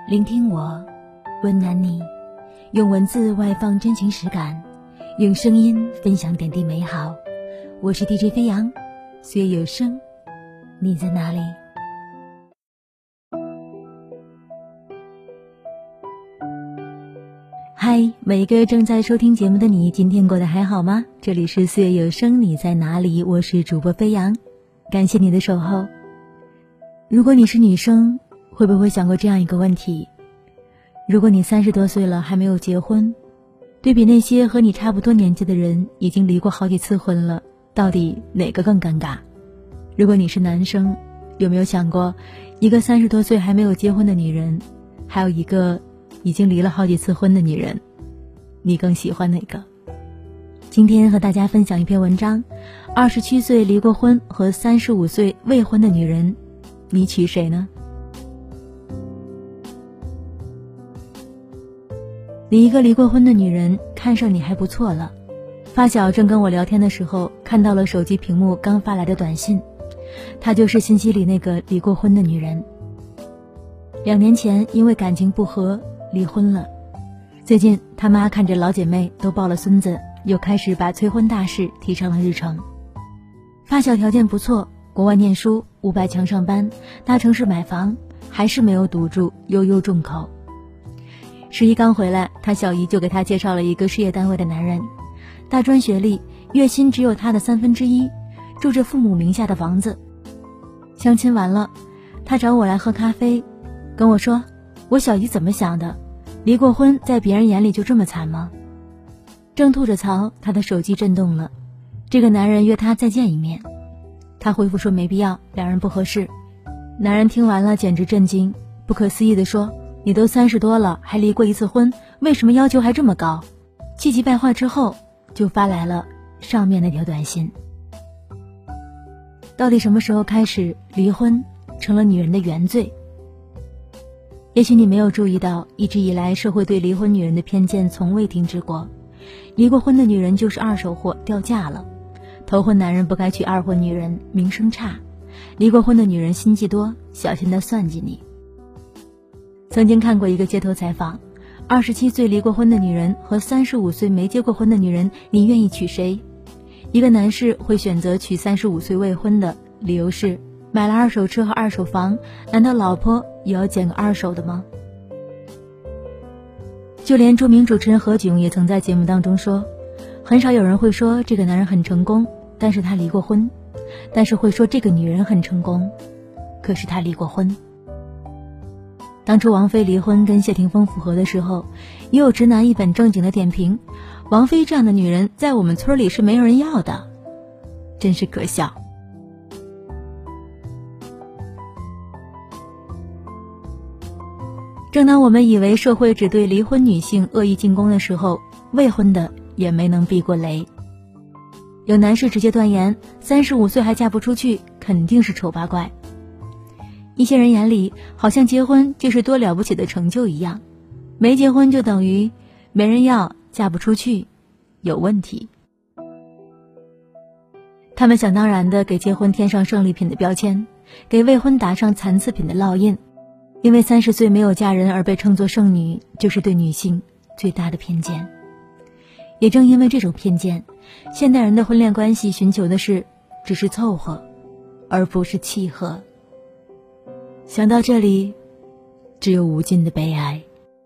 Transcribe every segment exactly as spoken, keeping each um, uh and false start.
聆听我，温暖你，用文字外放真情实感，用声音分享点滴美好。我是 D J 飞扬，岁月有声，你在哪里？嗨，每一个正在收听节目的你，今天过得还好吗？这里是岁月有声，你在哪里？我是主播飞扬，感谢你的守候。如果你是女生，会不会想过这样一个问题？如果你三十多岁了还没有结婚，对比那些和你差不多年纪的人已经离过好几次婚了，到底哪个更尴尬？如果你是男生，有没有想过，一个三十多岁还没有结婚的女人，还有一个已经离了好几次婚的女人，你更喜欢哪个？今天和大家分享一篇文章，二十七岁离过婚和三十五岁未婚的女人，你娶谁呢？你一个离过婚的女人看上你还不错了，发小正跟我聊天的时候，看到了手机屏幕刚发来的短信，她就是信息里那个离过婚的女人。两年前因为感情不和离婚了，最近他妈看着老姐妹都抱了孙子，又开始把催婚大事提上了日程。发小条件不错，国外念书，五百强上班，大城市买房，还是没有堵住，悠悠众口。十一刚回来，他小姨就给他介绍了一个事业单位的男人，大专学历，月薪只有他的三分之一，住着父母名下的房子。相亲完了，他找我来喝咖啡，跟我说，我小姨怎么想的？离过婚在别人眼里就这么惨吗？正吐着槽，他的手机震动了，这个男人约他再见一面。他回复说没必要，两人不合适。男人听完了简直震惊，不可思议地说，你都三十多了，还离过一次婚，为什么要求还这么高？气急败坏之后，就发来了上面那条短信。到底什么时候开始，离婚成了女人的原罪？也许你没有注意到，一直以来社会对离婚女人的偏见从未停止过。离过婚的女人就是二手货，掉价了。头婚男人不该娶二婚女人，名声差。离过婚的女人心计多，小心地算计你。曾经看过一个街头采访，二十七岁离过婚的女人和三十五岁没结过婚的女人，你愿意娶谁？一个男士会选择娶三十五岁未婚的，理由是买了二手车和二手房，难道老婆也要捡个二手的吗？就连著名主持人何炅也曾在节目当中说，很少有人会说这个男人很成功，但是他离过婚，但是会说这个女人很成功，可是他离过婚。当初王菲离婚跟谢霆锋复合的时候，也有直男一本正经的点评，王菲这样的女人在我们村里是没有人要的，真是可笑。正当我们以为社会只对离婚女性恶意进攻的时候，未婚的也没能避过雷。有男士直接断言，三十五岁还嫁不出去，肯定是丑八怪。一些人眼里，好像结婚就是多了不起的成就一样，没结婚就等于没人要，嫁不出去，有问题。他们想当然地给结婚添上胜利品的标签，给未婚打上残次品的烙印，因为三十岁没有嫁人而被称作剩女，就是对女性最大的偏见。也正因为这种偏见，现代人的婚恋关系寻求的是只是凑合，而不是契合。想到这里，只有无尽的悲哀。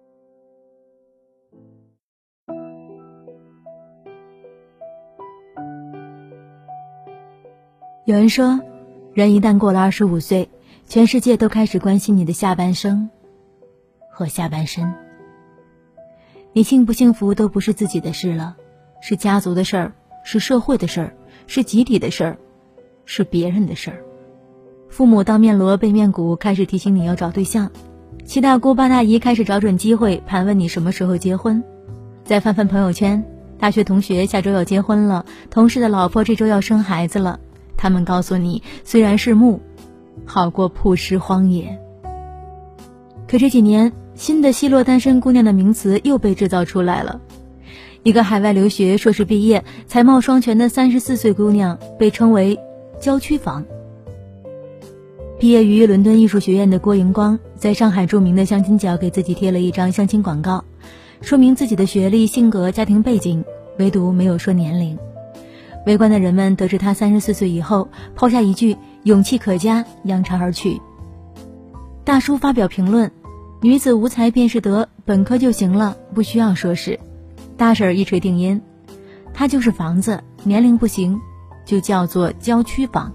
有人说，人一旦过了二十五岁，全世界都开始关心你的下半生和下半身。你幸不幸福都不是自己的事了，是家族的事儿，是社会的事儿，是集体的事儿，是别人的事儿。父母当面锣背面鼓，开始提醒你要找对象；七大姑八大姨开始找准机会盘问你什么时候结婚。再翻翻朋友圈，大学同学下周要结婚了，同事的老婆这周要生孩子了。他们告诉你，虽然是墓，好过曝尸荒野。可这几年，新的奚落单身姑娘的名词又被制造出来了。一个海外留学硕士毕业才貌双全的三十四岁姑娘被称为郊区房。 毕业于伦敦艺术学院的郭荧光，在上海著名的相亲角给自己贴了一张相亲广告，说明自己的学历、性格、家庭背景，唯独没有说年龄。围观的人们得知他三十四岁以后，抛下一句勇气可嘉，扬长而去。大叔发表评论：女子无才便是德，本科就行了，不需要硕士。大婶一锤定音：它就是房子，年龄不行，就叫做郊区房。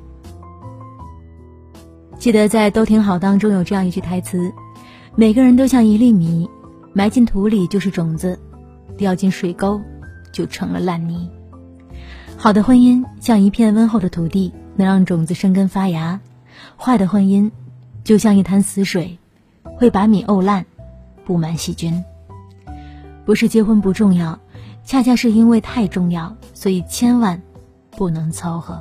记得在都挺好当中有这样一句台词：每个人都像一粒米，埋进土里就是种子，掉进水沟就成了烂泥。好的婚姻像一片温厚的土地，能让种子生根发芽；坏的婚姻就像一潭死水，会把米沤烂，布满细菌。不是结婚不重要，恰恰是因为太重要，所以千万不能凑合。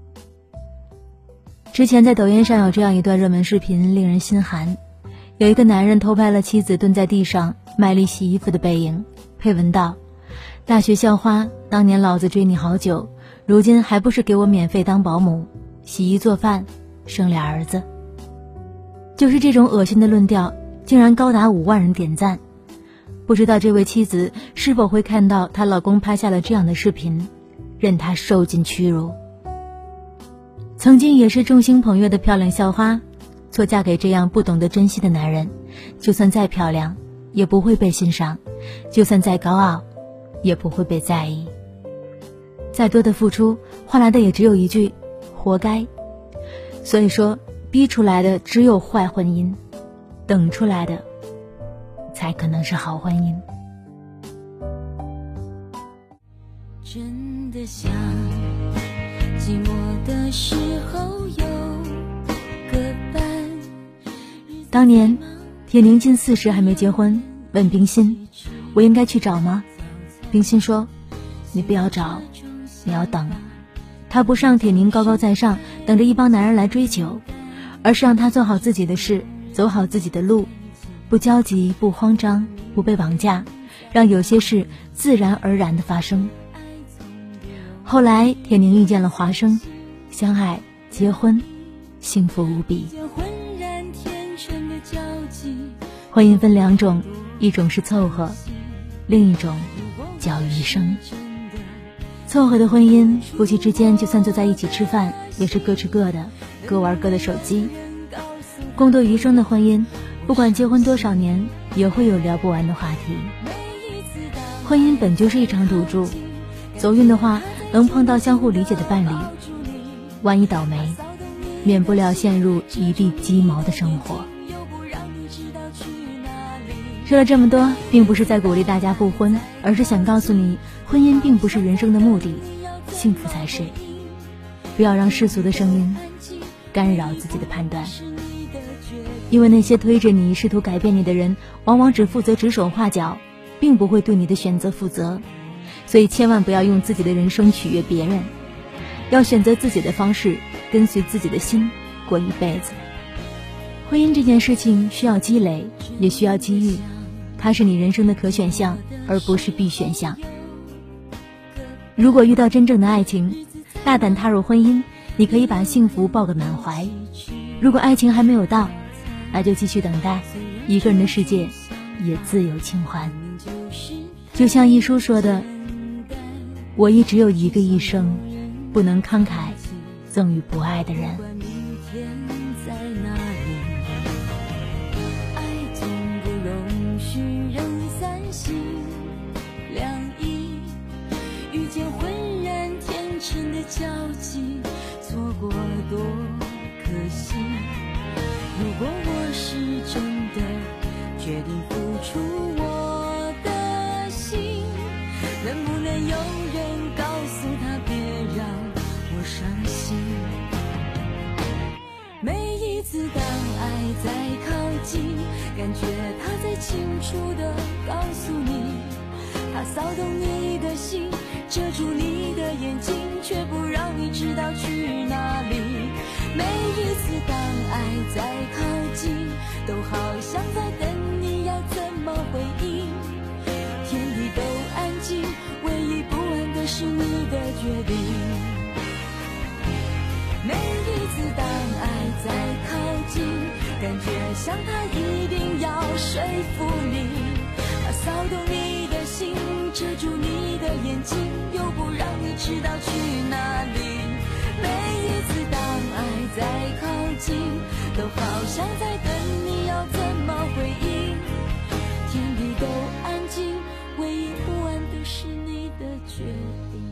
之前在抖音上有这样一段热门视频，令人心寒。有一个男人偷拍了妻子蹲在地上卖力洗衣服的背影，配文道：大学校花，当年老子追你好久，如今还不是给我免费当保姆，洗衣做饭，生俩儿子。就是这种恶心的论调，竟然高达五万人点赞。不知道这位妻子是否会看到她老公拍下了这样的视频，任她受尽屈辱。曾经也是众星捧月的漂亮校花，错嫁给这样不懂得珍惜的男人，就算再漂亮也不会被欣赏，就算再高傲也不会被在意。再多的付出换来的也只有一句活该。所以说逼出来的只有坏婚姻，等出来的才可能是好婚姻。 真的想寂寞的时候有个伴。 当年铁凝近四十还没结婚，问冰心我应该去找吗？冰心说你不要找，你要等。他不是让铁凝高高在上等着一帮男人来追求，而是让他做好自己的事，走好自己的路，不焦急，不慌张，不被绑架，让有些事自然而然地发生。后来铁凝遇见了华生，相爱结婚，幸福无比。婚姻分两种，一种是凑合，另一种叫余生。凑合的婚姻，夫妻之间就算坐在一起吃饭，也是各吃各的，各玩各的手机。共度余生的婚姻，不管结婚多少年，也会有聊不完的话题。婚姻本就是一场赌注，走运的话能碰到相互理解的伴侣，万一倒霉，免不了陷入一地鸡毛的生活。说了这么多，并不是在鼓励大家不婚，而是想告诉你，婚姻并不是人生的目的，幸福才是。不要让世俗的声音干扰自己的判断，因为那些推着你试图改变你的人，往往只负责指手画脚，并不会对你的选择负责。所以千万不要用自己的人生取悦别人，要选择自己的方式，跟随自己的心过一辈子。婚姻这件事情需要积累，也需要机遇，它是你人生的可选项，而不是必选项。如果遇到真正的爱情，大胆踏入婚姻，你可以把幸福抱个满怀。如果爱情还没有到，那就继续等待，一个人的世界也自有清欢。就像一书说的，我亦只有一个一生，不能慷慨赠予不爱的人。交集错过多可惜，如果我是真的决定付出我的心，能不能有人告诉他别让我伤心。每一次当爱在靠近，感觉他在清楚地告诉你，他骚动你的心，遮住你的眼睛，却不让你知道去哪里。每一次当爱在靠近，都好像在等你要怎么回应。天地都安静，唯一不安的是你的决定。每一次当爱在靠感觉像他一定要说服你，他骚动你的心，遮住你的眼睛，又不让你知道去哪里。每一次当爱在靠近，都好像在等你要怎么回应。天地都安静，唯一不安的是你的决定。